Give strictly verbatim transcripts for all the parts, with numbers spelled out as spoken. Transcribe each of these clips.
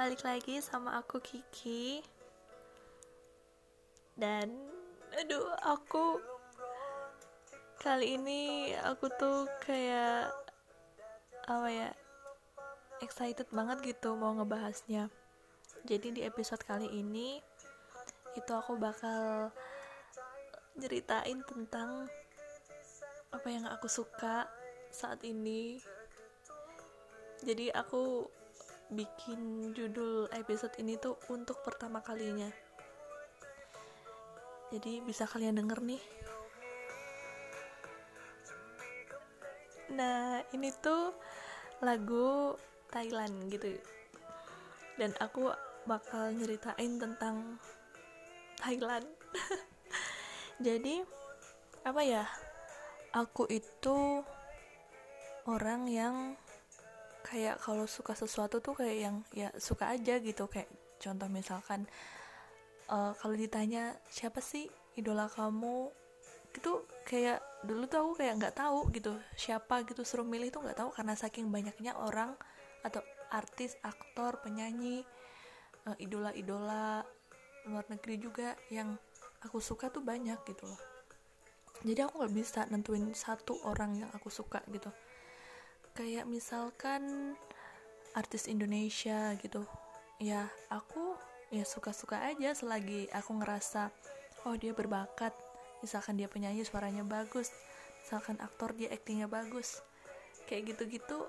balik lagi sama aku Kiki. Dan aduh, aku kali ini aku tuh kayak apa ya, excited banget gitu mau ngebahasnya. Jadi di episode kali ini itu aku bakal ceritain tentang apa yang aku suka saat ini. Jadi aku bikin judul episode ini tuh untuk pertama kalinya. Jadi bisa kalian denger nih. Nah, ini tuh lagu Thailand gitu. Dan aku bakal nyeritain tentang Thailand. Jadi apa ya? Aku itu orang yang kayak kalau suka sesuatu tuh kayak yang ya suka aja gitu. Kayak contoh misalkan uh, kalau ditanya siapa sih idola kamu, itu kayak dulu tuh aku kayak nggak tahu gitu siapa gitu, suruh milih tuh nggak tahu karena saking banyaknya orang atau artis, aktor, penyanyi, uh, idola-idola luar negeri juga yang aku suka tuh banyak gitu loh. Jadi aku nggak bisa nentuin satu orang yang aku suka gitu. Kayak misalkan artis Indonesia gitu, ya aku ya suka-suka aja selagi aku ngerasa oh dia berbakat. Misalkan dia penyanyi suaranya bagus, misalkan aktor dia aktingnya bagus, kayak gitu-gitu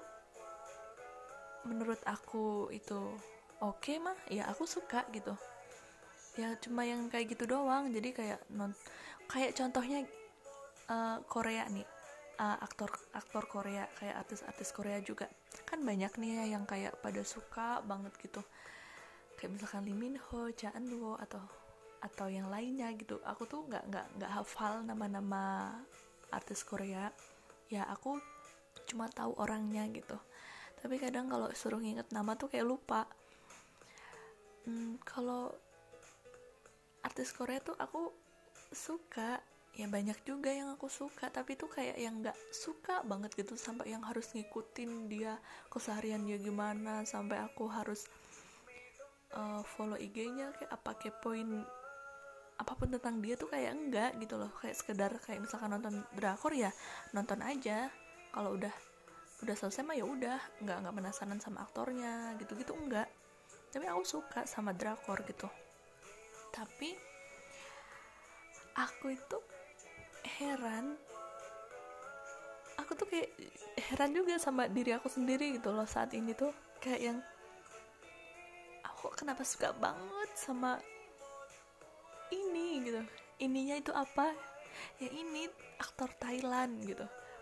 menurut aku itu oke okay mah ya aku suka gitu. Ya cuma yang kayak gitu doang. Jadi kayak non kayak contohnya uh, Korea nih, uh, aktor aktor Korea, kayak artis-artis Korea juga kan banyak nih ya yang kayak pada suka banget gitu, kayak misalkan Lee Min Ho, Cha Eun Woo atau atau yang lainnya gitu. Aku tuh nggak nggak nggak hafal nama-nama artis Korea ya, aku cuma tahu orangnya gitu. Tapi kadang kalau suruh nginget nama tuh kayak lupa. hmm, kalau artis Korea tuh aku suka ya, banyak juga yang aku suka, tapi tuh kayak yang nggak suka banget gitu sampai yang harus ngikutin dia keseharian dia gimana, sampai aku harus uh, follow I G-nya kayak apa, kepoin apapun tentang dia tuh kayak enggak gitu loh. Kayak sekedar kayak misalkan nonton drakor ya nonton aja, kalau udah udah selesai mah ya udah, nggak nggak penasaran sama aktornya gitu-gitu enggak. Tapi aku suka sama drakor gitu. Tapi aku itu heran, aku tuh kayak heran juga sama diri aku sendiri gitu loh saat ini tuh. Kayak yang aku kenapa suka banget sama ini gitu. Ininya itu apa ya, ini aktor Thailand gitu,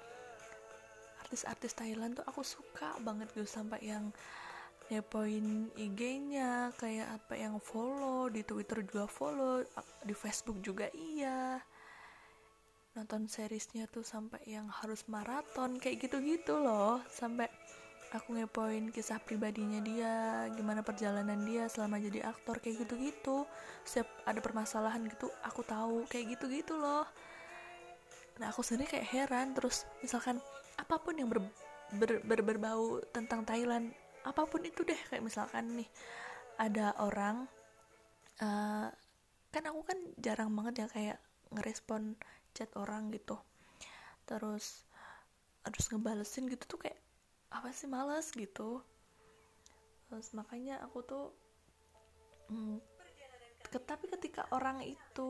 artis-artis Thailand tuh aku suka banget gitu, sampai yang ngepoin I G-nya, kayak apa yang follow di Twitter juga follow, di Facebook juga iya, nonton seriesnya tuh sampai yang harus maraton kayak gitu-gitu loh. Sampai aku ngepoin kisah pribadinya dia, gimana perjalanan dia selama jadi aktor kayak gitu-gitu. Setiap ada permasalahan gitu aku tahu kayak gitu-gitu loh. Nah aku sendiri kayak heran. Terus misalkan apapun yang ber, ber, ber, berbau tentang Thailand, apapun itu deh, kayak misalkan nih ada orang uh, kan aku kan jarang banget ya kayak ngerespon chat orang gitu, terus harus ngebalesin gitu tuh kayak apa sih, males gitu. Terus makanya aku tuh hmm, tapi ketika orang itu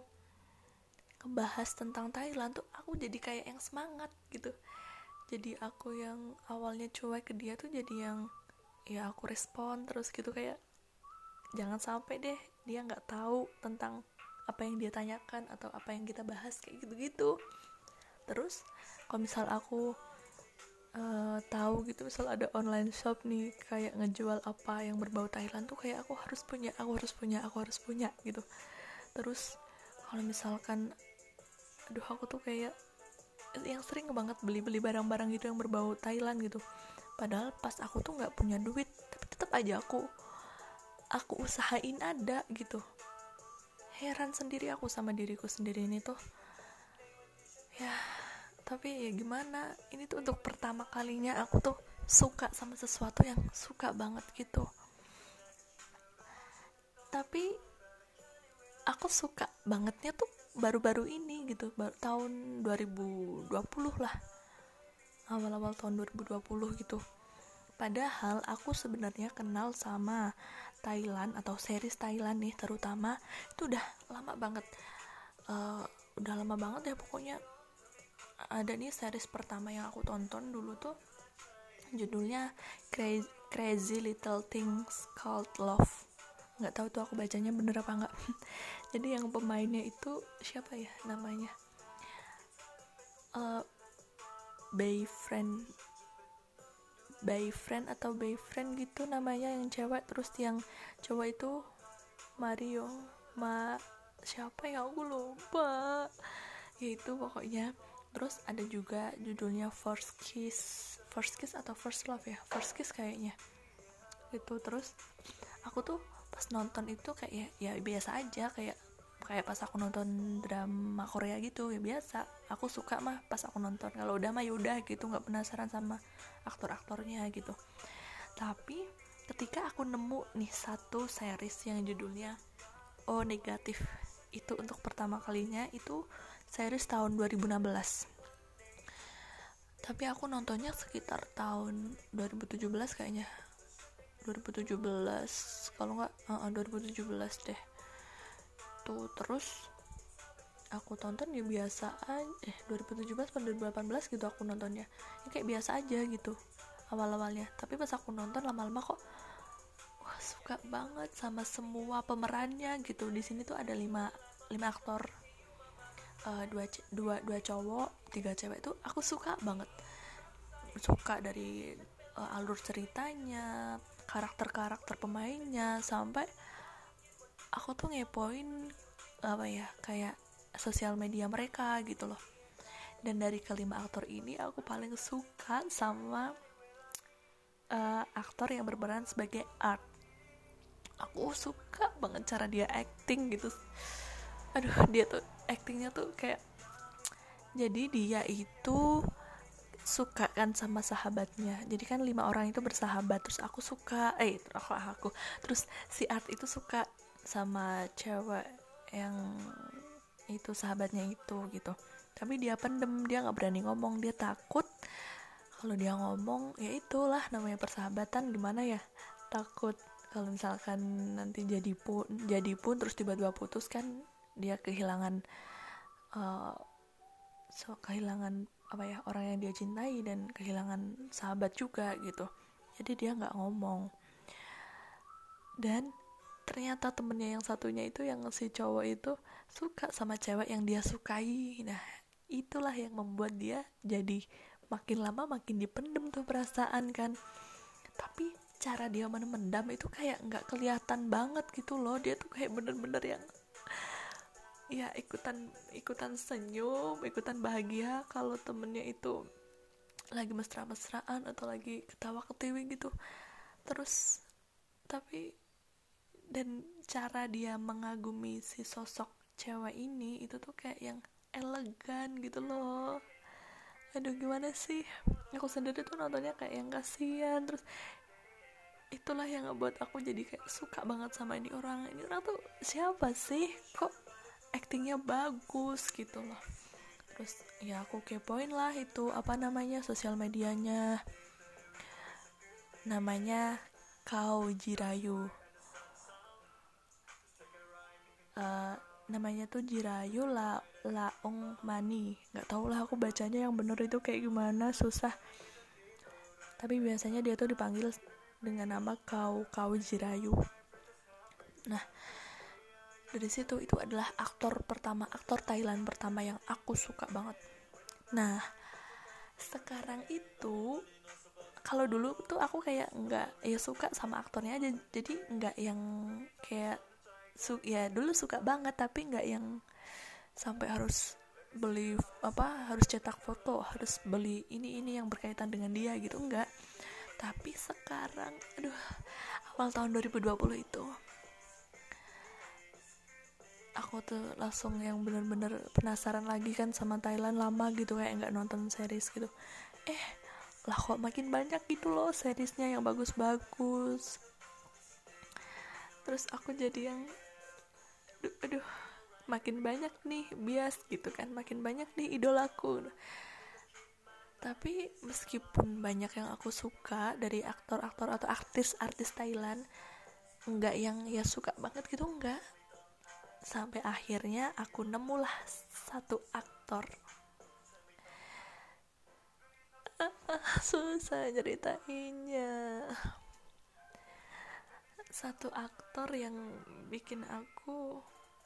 ngebahas tentang Thailand tuh aku jadi kayak yang semangat gitu. Jadi aku yang awalnya cuek ke dia tuh jadi yang ya aku respon terus gitu, kayak jangan sampai deh dia nggak tahu tentang apa yang dia tanyakan atau apa yang kita bahas kayak gitu-gitu. Terus kalau misal aku uh, tahu gitu, misal ada online shop nih kayak ngejual apa yang berbau Thailand tuh kayak aku harus punya, aku harus punya, aku harus punya gitu. Terus kalau misalkan aduh aku tuh kayak yang sering banget beli-beli barang-barang gitu yang berbau Thailand gitu, padahal pas aku tuh nggak punya duit, tapi tetap aja aku aku usahain ada gitu. Heran sendiri aku sama diriku sendiri ini tuh ya. Tapi ya gimana, ini tuh untuk pertama kalinya aku tuh suka sama sesuatu yang suka banget gitu. tapi aku suka bangetnya tuh baru-baru ini gitu, baru tahun dua ribu dua puluh lah, awal-awal tahun dua ribu dua puluh gitu. Padahal aku sebenarnya kenal sama Thailand atau series Thailand nih terutama itu udah lama banget, uh, udah lama banget ya pokoknya. Ada nih series pertama yang aku tonton dulu tuh judulnya Crazy, Crazy Little Things Called Love. Nggak tahu tuh aku bacanya bener apa nggak. Jadi yang pemainnya itu siapa ya namanya? Uh, Bayfriend Bayfriend atau Bayfriend gitu namanya yang cewek, terus yang cowok itu Mario Ma siapa ya aku lupa ya itu pokoknya. Terus ada juga judulnya First Kiss First Kiss atau First Love ya, First Kiss kayaknya gitu. Terus aku tuh pas nonton itu kayak ya, ya biasa aja, kayak kayak pas aku nonton drama Korea gitu ya biasa. Aku suka mah pas aku nonton, kalau udah mah yaudah gitu, nggak penasaran sama aktor-aktornya gitu. Tapi ketika aku nemu nih satu series yang judulnya Oh Negatif, itu untuk pertama kalinya, itu series tahun dua ribu enam belas. Tapi aku nontonnya sekitar tahun dua ribu tujuh belas kayaknya, dua ribu tujuh belas kalau nggak uh, dua ribu tujuh belas deh tuh. Terus aku tonton ya biasa aja, eh dua ribu tujuh belas atau dua ribu delapan belas gitu aku nontonnya ya kayak biasa aja gitu awal-awalnya. Tapi pas aku nonton lama-lama kok wah suka banget sama semua pemerannya gitu. Di sini tuh ada lima lima aktor, uh, dua dua dua cowok tiga cewek tuh aku suka banget. Suka dari uh, alur ceritanya, karakter-karakter pemainnya, sampai aku tuh ngepoin apa ya kayak sosial media mereka gitu loh. Dan dari kelima aktor ini aku paling suka sama uh, aktor yang berperan sebagai Art. Aku suka banget cara dia acting gitu. Aduh dia tuh actingnya tuh kayak, jadi dia itu suka kan sama sahabatnya. Jadi kan lima orang itu bersahabat. Terus aku suka, eh aku aku. Terus si Art itu suka sama cewek yang itu sahabatnya itu gitu. Tapi dia pendem, dia nggak berani ngomong, dia takut kalau dia ngomong ya itulah namanya persahabatan, gimana ya, takut kalau misalkan nanti jadi pun jadi pun terus tiba-tiba putus kan dia kehilangan uh, so kehilangan apa ya orang yang dia cintai dan kehilangan sahabat juga gitu. Jadi dia nggak ngomong. Dan ternyata temennya yang satunya itu, yang si cowok itu suka sama cewek yang dia sukai. Nah itulah yang membuat dia jadi makin lama makin dipendem tuh perasaan kan. Tapi cara dia mendam itu kayak nggak kelihatan banget gitu loh. Dia tuh kayak bener-bener yang ya ikutan ikutan senyum, ikutan bahagia kalau temennya itu lagi mesra-mesraan atau lagi ketawa-ketiwi gitu. Terus tapi dan cara dia mengagumi si sosok cewek ini itu tuh kayak yang elegan gitu loh. Aduh gimana sih, aku sendiri tuh nontonnya kayak yang kasihan. Terus itulah yang ngebuat aku jadi kayak suka banget sama ini orang. Ini orang tuh siapa sih, kok actingnya bagus gitu loh. Terus ya aku kepoin lah itu apa namanya sosial medianya, namanya Kao Jirayu. Uh, namanya tuh Jirayu La Laong Mani. Nggak tau lah aku bacanya yang bener itu kayak gimana, susah. Tapi biasanya dia tuh dipanggil dengan nama Kao Kao Jirayu. Nah dari situ itu adalah aktor pertama, aktor Thailand pertama yang aku suka banget. Nah sekarang itu kalau dulu tuh aku kayak nggak ya suka sama aktornya aja, jadi nggak yang kayak su ya dulu suka banget tapi nggak yang sampai harus beli apa harus cetak foto, harus beli ini ini yang berkaitan dengan dia gitu, enggak. Tapi sekarang aduh awal tahun dua ribu dua puluh itu aku tuh langsung yang bener-bener penasaran lagi kan sama Thailand, lama gitu kayak nggak nonton series gitu. Eh lah kok makin banyak gitu loh seriesnya yang bagus-bagus. terus aku jadi yang aduh, aduh makin banyak nih bias gitu kan, makin banyak nih idolaku. Tapi meskipun banyak yang aku suka dari aktor-aktor atau artis-artis Thailand, enggak yang ya suka banget gitu, enggak. Sampai akhirnya aku nemulah satu aktor. Susah ceritainnya. Satu aktor yang bikin aku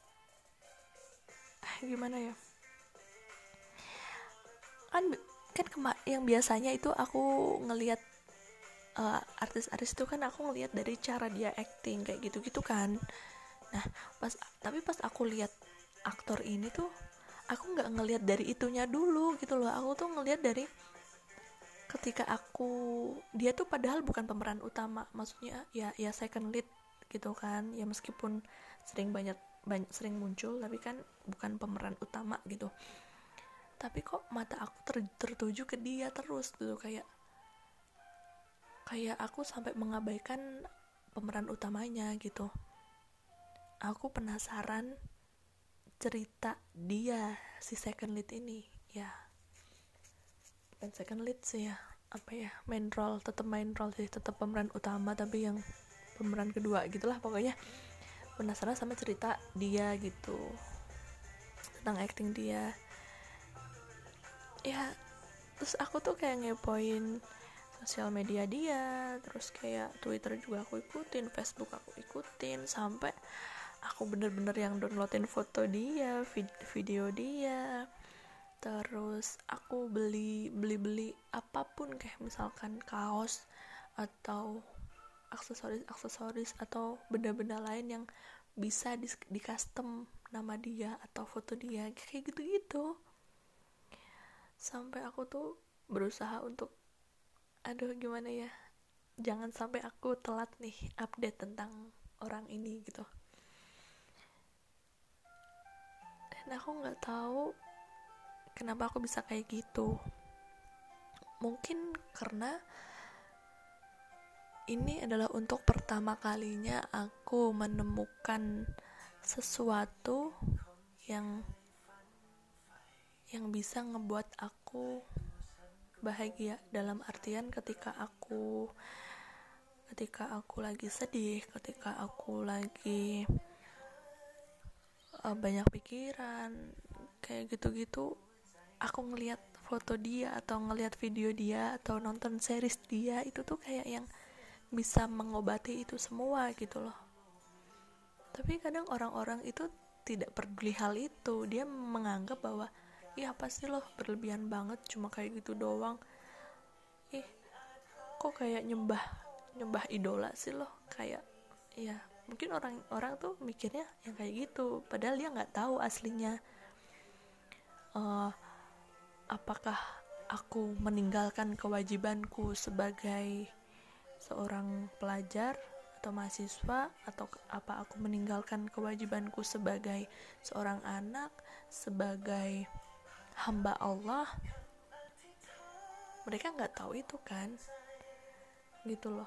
gimana ya? Kan kan kema- yang biasanya itu aku ngelihat uh, artis-artis itu kan aku ngelihat dari cara dia acting kayak gitu-gitu kan. Nah, pas tapi pas aku lihat aktor ini tuh aku nggak ngelihat dari itunya dulu gitu loh. Aku tuh ngelihat dari ketika aku dia tuh padahal bukan pemeran utama, maksudnya ya ya second lead gitu kan. Ya meskipun sering banyak banyak sering muncul tapi kan bukan pemeran utama gitu. Tapi kok mata aku ter- tertuju ke dia terus gitu, kayak kayak aku sampai mengabaikan pemeran utamanya gitu. Aku penasaran cerita dia si second lead ini, ya bukan second lead sih ya, apa ya, main role, tetap main role sih, tetap pemeran utama tapi yang pemeran kedua gitulah pokoknya. Penasaran sama cerita dia gitu, tentang acting dia ya. Terus aku tuh kayak ngepoin sosial media dia, terus kayak Twitter juga aku ikutin, Facebook aku ikutin, sampai aku bener-bener yang downloadin foto dia, vid- video dia. Terus aku beli beli beli apapun, kayak misalkan kaos atau aksesoris aksesoris atau benda-benda lain yang bisa di, di custom nama dia atau foto dia kayak gitu-gitu. Sampai aku tuh berusaha untuk aduh gimana ya, jangan sampai aku telat nih update tentang orang ini gitu. Dan aku nggak tahu kenapa aku bisa kayak gitu. Mungkin karena ini adalah untuk pertama kalinya aku menemukan sesuatu yang yang bisa ngebuat aku bahagia, dalam artian ketika aku ketika aku lagi sedih, ketika aku lagi uh, banyak pikiran kayak gitu-gitu, aku ngelihat foto dia atau ngelihat video dia atau nonton series dia, itu tuh kayak yang bisa mengobati itu semua gitu loh. Tapi kadang orang-orang itu tidak peduli hal itu. Dia menganggap bahwa ih apa sih loh, berlebihan banget, cuma kayak gitu doang. Ih kok kayak nyembah nyembah idola sih loh, kayak ya mungkin orang-orang tuh mikirnya yang kayak gitu, padahal dia nggak tahu aslinya uh, apakah aku meninggalkan kewajibanku sebagai seorang pelajar atau mahasiswa, atau apa aku meninggalkan kewajibanku sebagai seorang anak, sebagai hamba Allah. Mereka nggak tahu itu kan, gitu loh.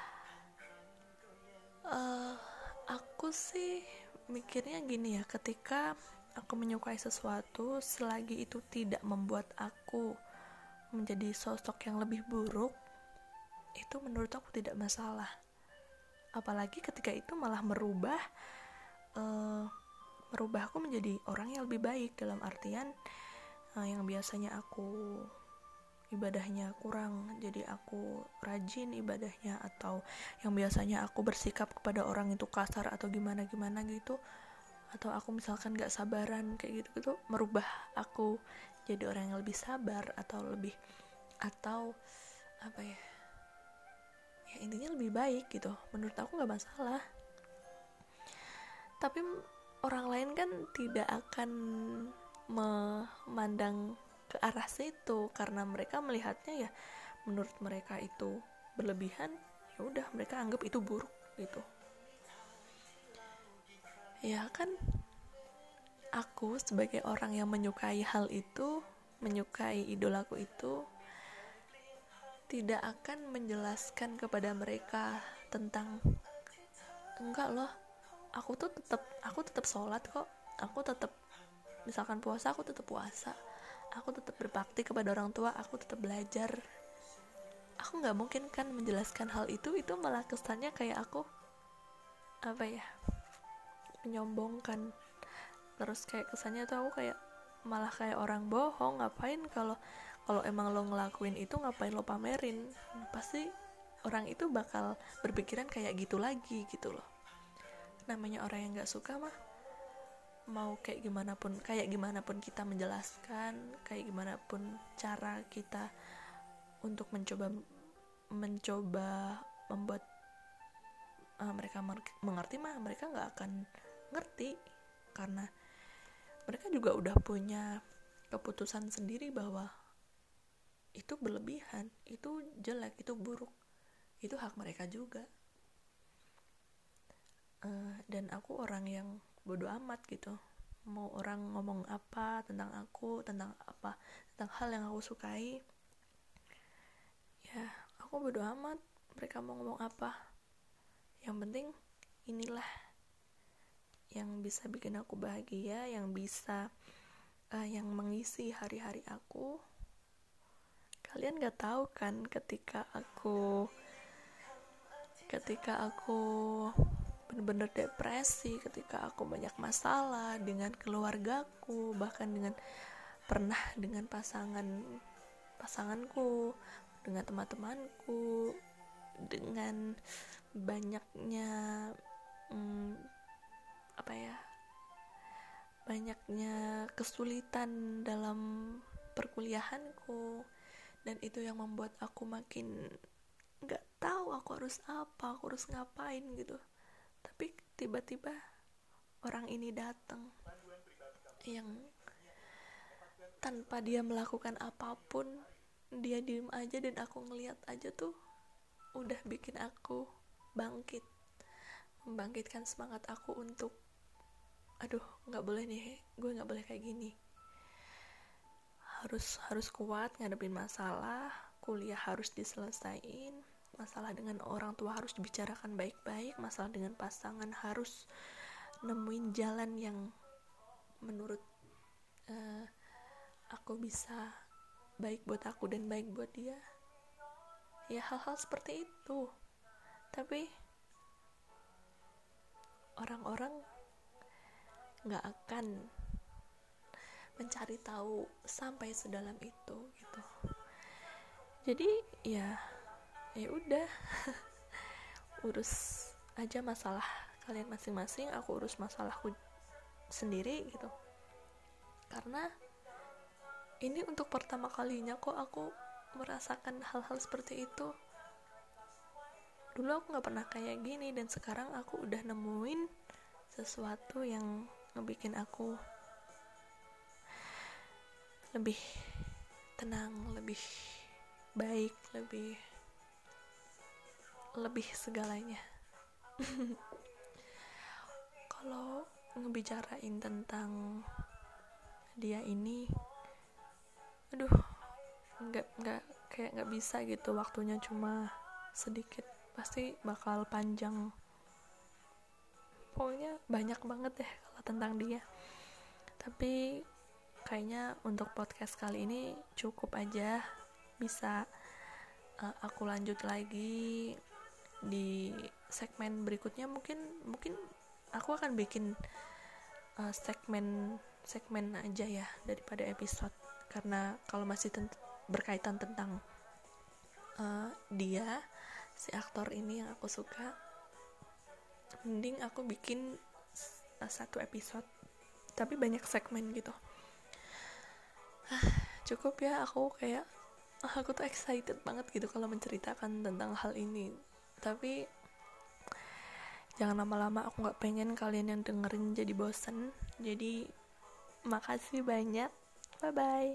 Uh, aku sih mikirnya gini ya, ketika aku menyukai sesuatu, selagi itu tidak membuat aku menjadi sosok yang lebih buruk, itu menurut aku tidak masalah. Apalagi ketika itu malah merubah uh, merubah aku menjadi orang yang lebih baik, dalam artian uh, yang biasanya aku ibadahnya kurang, jadi aku rajin ibadahnya, atau yang biasanya aku bersikap kepada orang itu kasar atau gimana-gimana gitu, atau aku misalkan gak sabaran kayak gitu gitu, merubah aku jadi orang yang lebih sabar atau lebih atau apa ya, ya intinya lebih baik gitu. Menurut aku gak masalah. Tapi orang lain kan tidak akan memandang ke arah situ, karena mereka melihatnya ya menurut mereka itu berlebihan, ya udah mereka anggap itu buruk gitu. Ya kan, aku sebagai orang yang menyukai hal itu, menyukai idolaku itu, tidak akan menjelaskan kepada mereka tentang enggak loh, aku tuh tetap aku tetap sholat kok, aku tetap misalkan puasa aku tetap puasa, aku tetap berbakti kepada orang tua, aku tetap belajar. Aku nggak mungkin kan menjelaskan hal itu itu malah kesannya kayak aku apa ya, menyombongkan, terus kayak kesannya tuh aku kayak malah kayak orang bohong. Ngapain kalau kalau emang lo ngelakuin itu, ngapain lo pamerin? Pasti orang itu bakal berpikiran kayak gitu lagi gitu loh. Namanya orang yang nggak suka mah mau kayak gimana pun, kayak gimana pun kita menjelaskan, kayak gimana pun cara kita untuk mencoba mencoba membuat uh, mereka mengerti mah mereka nggak akan ngerti, karena mereka juga udah punya keputusan sendiri bahwa itu berlebihan, itu jelek, itu buruk, itu hak mereka juga. Uh, dan aku orang yang bodo amat gitu, mau orang ngomong apa tentang aku, tentang apa, tentang hal yang aku sukai, ya aku bodo amat mereka mau ngomong apa. Yang penting inilah yang bisa bikin aku bahagia, yang bisa uh, yang mengisi hari-hari aku. Kalian gak tahu kan ketika aku ketika aku benar-benar depresi, ketika aku banyak masalah dengan keluargaku, bahkan dengan pernah dengan pasangan pasanganku, dengan teman-temanku, dengan banyaknya hmm, apa ya banyaknya kesulitan dalam perkuliahanku, dan itu yang membuat aku makin nggak tahu aku harus apa, aku harus ngapain gitu. Tapi tiba-tiba orang ini datang yang tanpa dia melakukan apapun, dia diem aja dan aku ngeliat aja tuh udah bikin aku bangkit, membangkitkan semangat aku untuk aduh nggak boleh nih, gue nggak boleh kayak gini, harus harus kuat ngadepin masalah, kuliah harus diselesain, masalah dengan orang tua harus dibicarakan baik-baik, masalah dengan pasangan harus nemuin jalan yang menurut uh, aku bisa baik buat aku dan baik buat dia, ya hal-hal seperti itu. Tapi orang-orang nggak akan mencari tahu sampai sedalam itu gitu. Jadi ya ya udah urus aja masalah kalian masing-masing, aku urus masalahku sendiri gitu. Karena ini untuk pertama kalinya kok aku merasakan hal-hal seperti itu. Dulu aku nggak pernah kayak gini, dan sekarang aku udah nemuin sesuatu yang ngebikin aku lebih tenang, lebih baik, lebih lebih segalanya. Kalau ngebicarain tentang dia ini, aduh, nggak nggak kayak nggak bisa gitu, waktunya cuma sedikit, pasti bakal panjang. Pokoknya banyak banget deh kalau tentang dia. Tapi kayaknya untuk podcast kali ini cukup aja. Bisa uh, aku lanjut lagi di segmen berikutnya. Mungkin mungkin aku akan bikin uh, segmen segmen aja ya daripada episode, karena kalau masih tent- berkaitan tentang uh, dia, si aktor ini yang aku suka, mending aku bikin uh, satu episode tapi banyak segmen gitu. Cukup ya, aku kayak aku tuh excited banget gitu kalau menceritakan tentang hal ini. Tapi jangan lama-lama, aku gak pengen kalian yang dengerin jadi bosen. Jadi makasih banyak, bye bye.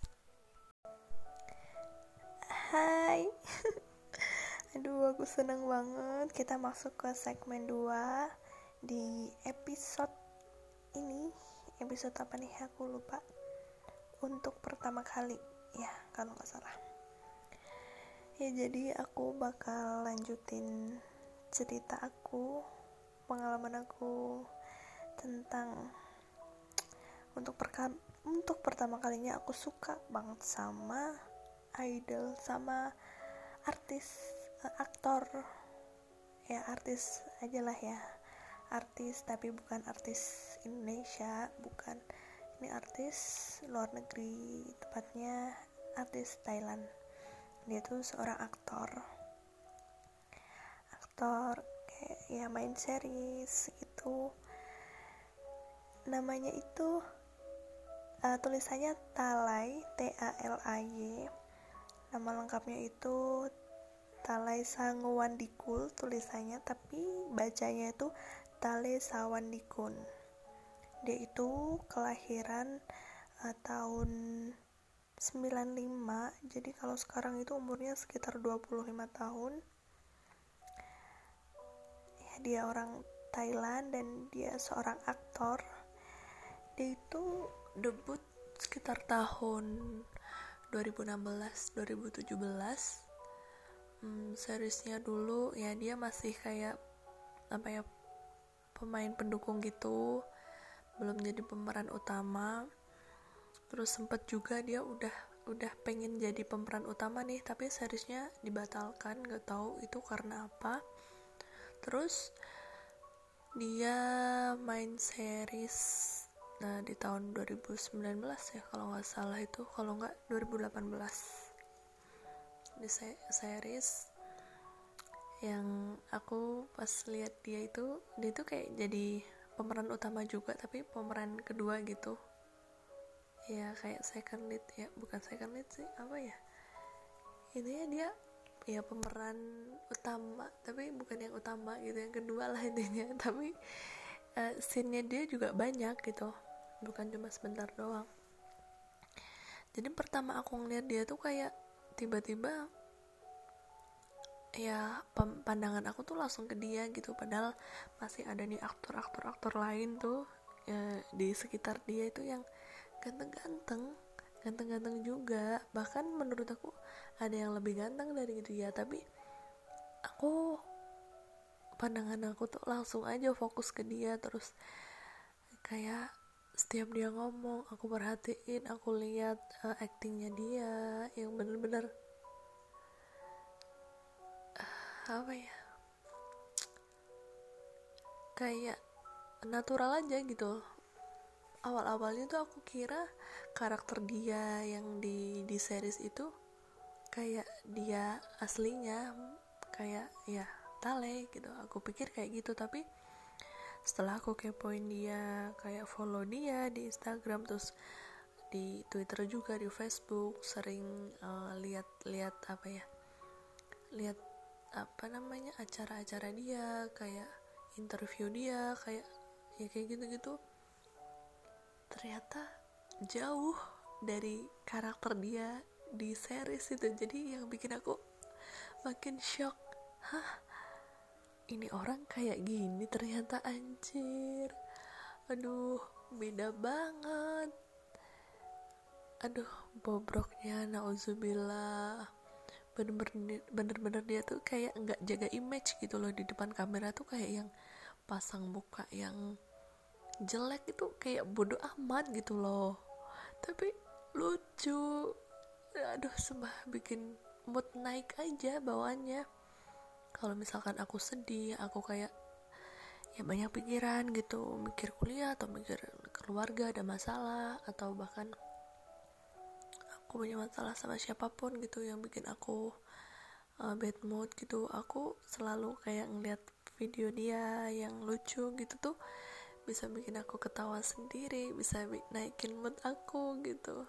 Hai. Aduh, aku seneng banget kita masuk ke segmen dua di episode ini. Episode apa nih, aku lupa. Untuk pertama kali ya kalau gak salah ya. Jadi aku bakal lanjutin cerita aku pengalaman aku tentang untuk perka- untuk pertama kalinya aku suka banget sama idol, sama artis, uh, aktor, ya artis aja lah ya, artis tapi bukan artis Indonesia, bukan, ini artis luar negeri, tepatnya artis Thailand. Dia tuh seorang aktor aktor kayak ya main series gitu. Namanya itu uh, tulisannya Thalai, T A L A Y. Nama lengkapnya itu Thalai Sangwandikul tulisannya, tapi bacanya itu Thalai Sawandikun. Dia itu kelahiran uh, tahun sembilan puluh lima, jadi kalau sekarang itu umurnya sekitar dua puluh lima tahun. Ya, dia orang Thailand dan dia seorang aktor. Dia itu debut sekitar tahun dua ribu enam belas dua ribu tujuh belas. Hmm, seriesnya dulu ya dia masih kayak apa ya, pemain pendukung gitu, belum jadi pemeran utama. Terus sempet juga dia udah udah pengen jadi pemeran utama nih, tapi seriesnya dibatalkan, nggak tahu itu karena apa. Terus dia main series nah di tahun dua ribu sembilan belas ya kalau nggak salah, itu kalau nggak dua ribu delapan belas, di se- series yang aku pas lihat dia itu dia itu kayak jadi pemeran utama juga, tapi pemeran kedua gitu ya, kayak second lead ya, bukan second lead sih, apa ya, intinya dia ya pemeran utama tapi bukan yang utama gitu, yang kedua lah intinya. Tapi uh, scene-nya dia juga banyak gitu, bukan cuma sebentar doang. Jadi pertama aku ngeliat dia tuh kayak tiba-tiba ya pandangan aku tuh langsung ke dia gitu, padahal masih ada nih aktor-aktor-aktor lain tuh ya, di sekitar dia itu yang ganteng-ganteng ganteng-ganteng juga, bahkan menurut aku ada yang lebih ganteng dari dia, tapi aku pandangan aku tuh langsung aja fokus ke dia. Terus kayak setiap dia ngomong aku perhatiin, aku lihat uh, actingnya dia yang bener-bener uh, apa ya, kayak natural aja gitu. Awal-awalnya tuh aku kira karakter dia yang di di series itu kayak dia aslinya, kayak ya Thalai gitu, aku pikir kayak gitu. Tapi setelah aku kepoin dia, kayak follow dia di Instagram, terus di Twitter juga, di Facebook, sering uh, lihat-lihat apa ya, lihat apa namanya acara-acara dia, kayak interview dia, kayak ya kayak gitu-gitu. Ternyata jauh dari karakter dia di series itu. Jadi yang bikin aku makin shock, hah, ini orang kayak gini ternyata, anjir, aduh beda banget, aduh bobroknya nauzubillah. Bener-bener bener-bener dia tuh kayak nggak jaga image gitu loh di depan kamera tuh, kayak yang pasang muka yang jelek itu kayak bodoh amat gitu loh, tapi lucu. Aduh sumpah bikin mood naik aja bawaannya. Kalau misalkan aku sedih, aku kayak ya banyak pikiran gitu, mikir kuliah atau mikir keluarga ada masalah, atau bahkan aku punya masalah sama siapapun gitu yang bikin aku uh, bad mood gitu, aku selalu kayak ngeliat video dia yang lucu gitu tuh bisa bikin aku ketawa sendiri, bisa naikin mood aku gitu,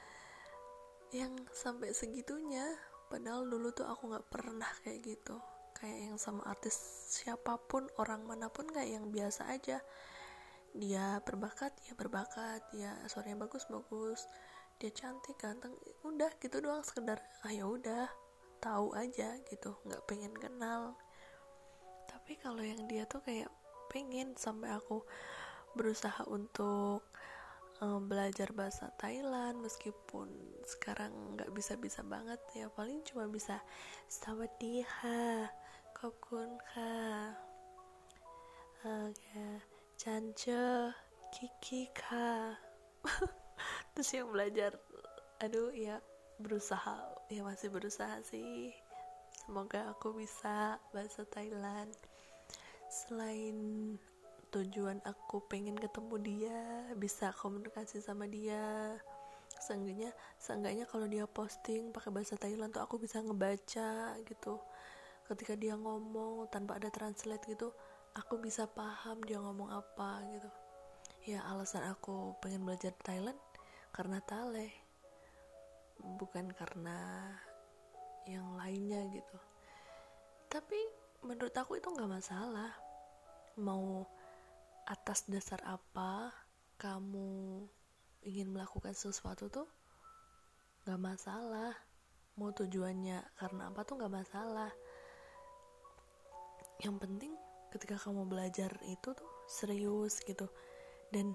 yang sampai segitunya. Padahal dulu tuh aku nggak pernah kayak gitu, kayak yang sama artis siapapun, orang manapun, kayak yang biasa aja. Dia berbakat ya berbakat, ya suaranya bagus bagus, dia cantik ganteng, udah gitu doang, sekedar ah ya udah tahu aja gitu, nggak pengen kenal. Tapi kalau yang dia tuh kayak pengen, sampai aku berusaha untuk um, belajar bahasa Thailand, meskipun sekarang nggak bisa-bisa banget ya, paling cuma bisa sawadee ha, khop kun ka, uh, kayak Chance, Kiki Ka. Terus yang belajar, aduh ya berusaha, ya masih berusaha sih. Semoga aku bisa bahasa Thailand. Selain tujuan aku pengen ketemu dia, bisa komunikasi sama dia, seenggaknya seenggaknya kalau dia posting pakai bahasa Thailand tuh aku bisa ngebaca gitu. Ketika dia ngomong tanpa ada translate gitu, aku bisa paham dia ngomong apa gitu. Ya alasan aku pengen belajar Thailand karena Tale, bukan karena yang lainnya gitu. Tapi menurut aku itu gak masalah. Mau atas dasar apa kamu ingin melakukan sesuatu tuh gak masalah. Mau tujuannya karena apa tuh gak masalah. Yang penting ketika kamu belajar itu tuh serius gitu. Dan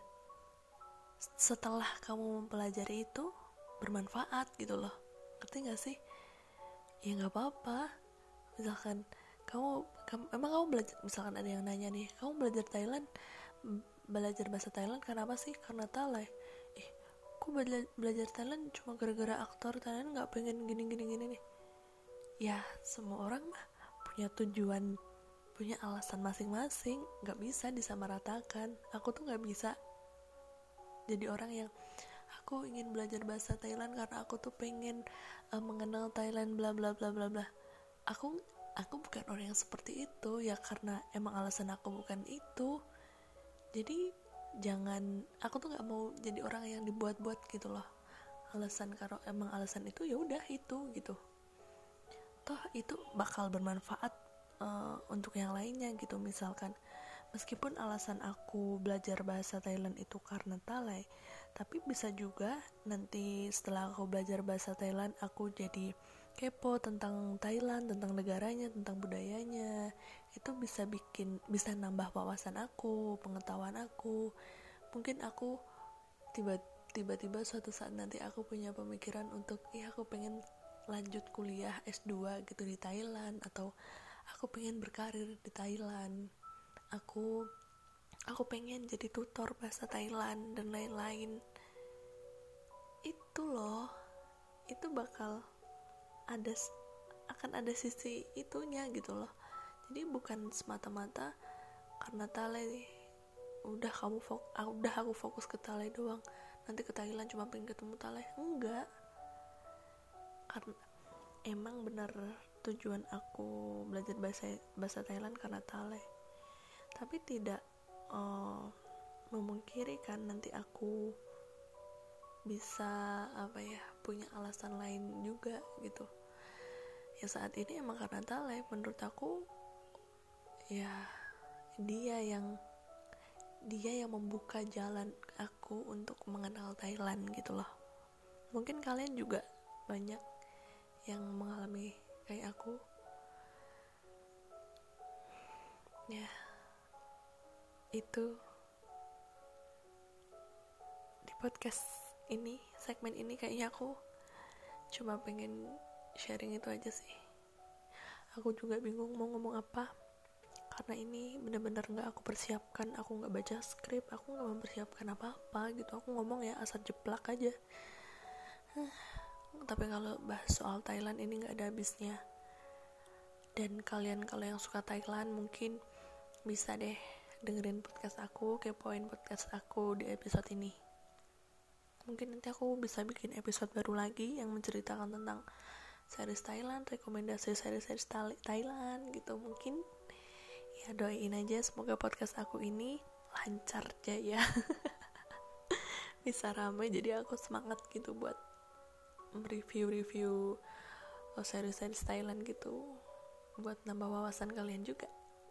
setelah kamu mempelajari itu bermanfaat gitu loh. Ngerti gak sih? Ya gak apa-apa. Misalkan kamu, kamu emang kamu belajar, misalkan ada yang nanya nih, kamu belajar Thailand, belajar bahasa Thailand kenapa sih? Karena Thailand. Eh, aku bela- belajar Thailand cuma gara-gara aktor Thailand gak pengen gini-gini-gini nih. Ya semua orang mah punya tujuan, punya alasan masing-masing, gak bisa disamaratakan. Aku tuh gak bisa jadi orang yang aku ingin belajar bahasa Thailand karena aku tuh pengen uh, mengenal Thailand bla bla bla bla bla. Aku aku bukan orang yang seperti itu ya, karena emang alasan aku bukan itu. Jadi jangan, aku tuh nggak mau jadi orang yang dibuat-buat gitu loh. Alasan kalau emang alasan itu ya udah itu gitu. Toh itu bakal bermanfaat uh, untuk yang lainnya gitu. Misalkan meskipun alasan aku belajar bahasa Thailand itu karena Thai, tapi bisa juga nanti setelah aku belajar bahasa Thailand aku jadi kepo tentang Thailand, tentang negaranya, tentang budayanya. Itu bisa bikin, bisa nambah wawasan aku, pengetahuan aku. Mungkin aku tiba, tiba-tiba suatu saat nanti aku punya pemikiran untuk, iya aku pengen lanjut kuliah S dua gitu di Thailand, atau aku pengen berkarir di Thailand. Aku aku pengen jadi tutor bahasa Thailand dan lain-lain. Itu loh, itu bakal ada, akan ada sisi itunya gitu loh. Jadi bukan semata-mata karena Thale udah kamu fok, udah aku fokus ke Thale doang, nanti ke Thailand cuma pengen ketemu Thale. Enggak, karena emang benar tujuan aku belajar bahasa bahasa Thailand karena Thale. Tapi tidak uh, memungkiri kan nanti aku bisa apa ya, punya alasan lain juga gitu. Ya saat ini emang karena Thale, menurut aku ya dia yang dia yang membuka jalan aku untuk mengenal Thailand gitu loh. Mungkin kalian juga banyak yang mengalami kayak aku. Ya itu di podcast ini, segmen ini kayaknya aku cuma pengen sharing itu aja sih. Aku juga bingung mau ngomong apa, karena ini benar-benar gak aku persiapkan. Aku gak baca skrip, aku gak mempersiapkan apa-apa gitu. Aku ngomong ya asal jeplak aja. Tapi kalau bahas soal Thailand ini gak ada habisnya. Dan kalian kalau yang suka Thailand mungkin bisa deh dengerin podcast aku, kepoin podcast aku di episode ini. Mungkin nanti aku bisa bikin episode baru lagi yang menceritakan tentang series Thailand, rekomendasi series-series Thailand gitu. Mungkin ya doain aja semoga podcast aku ini lancar jaya. Bisa ramai, jadi aku semangat gitu buat review-review series-series Thailand gitu, buat nambah wawasan kalian juga.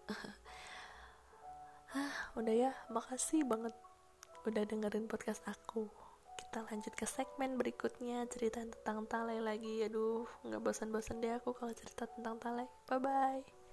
Hah, udah ya, makasih banget udah dengerin podcast aku. Kita lanjut ke segmen berikutnya, cerita tentang Thale lagi. Aduh, gak bosan-bosan deh aku kalau cerita tentang Thale. Bye-bye.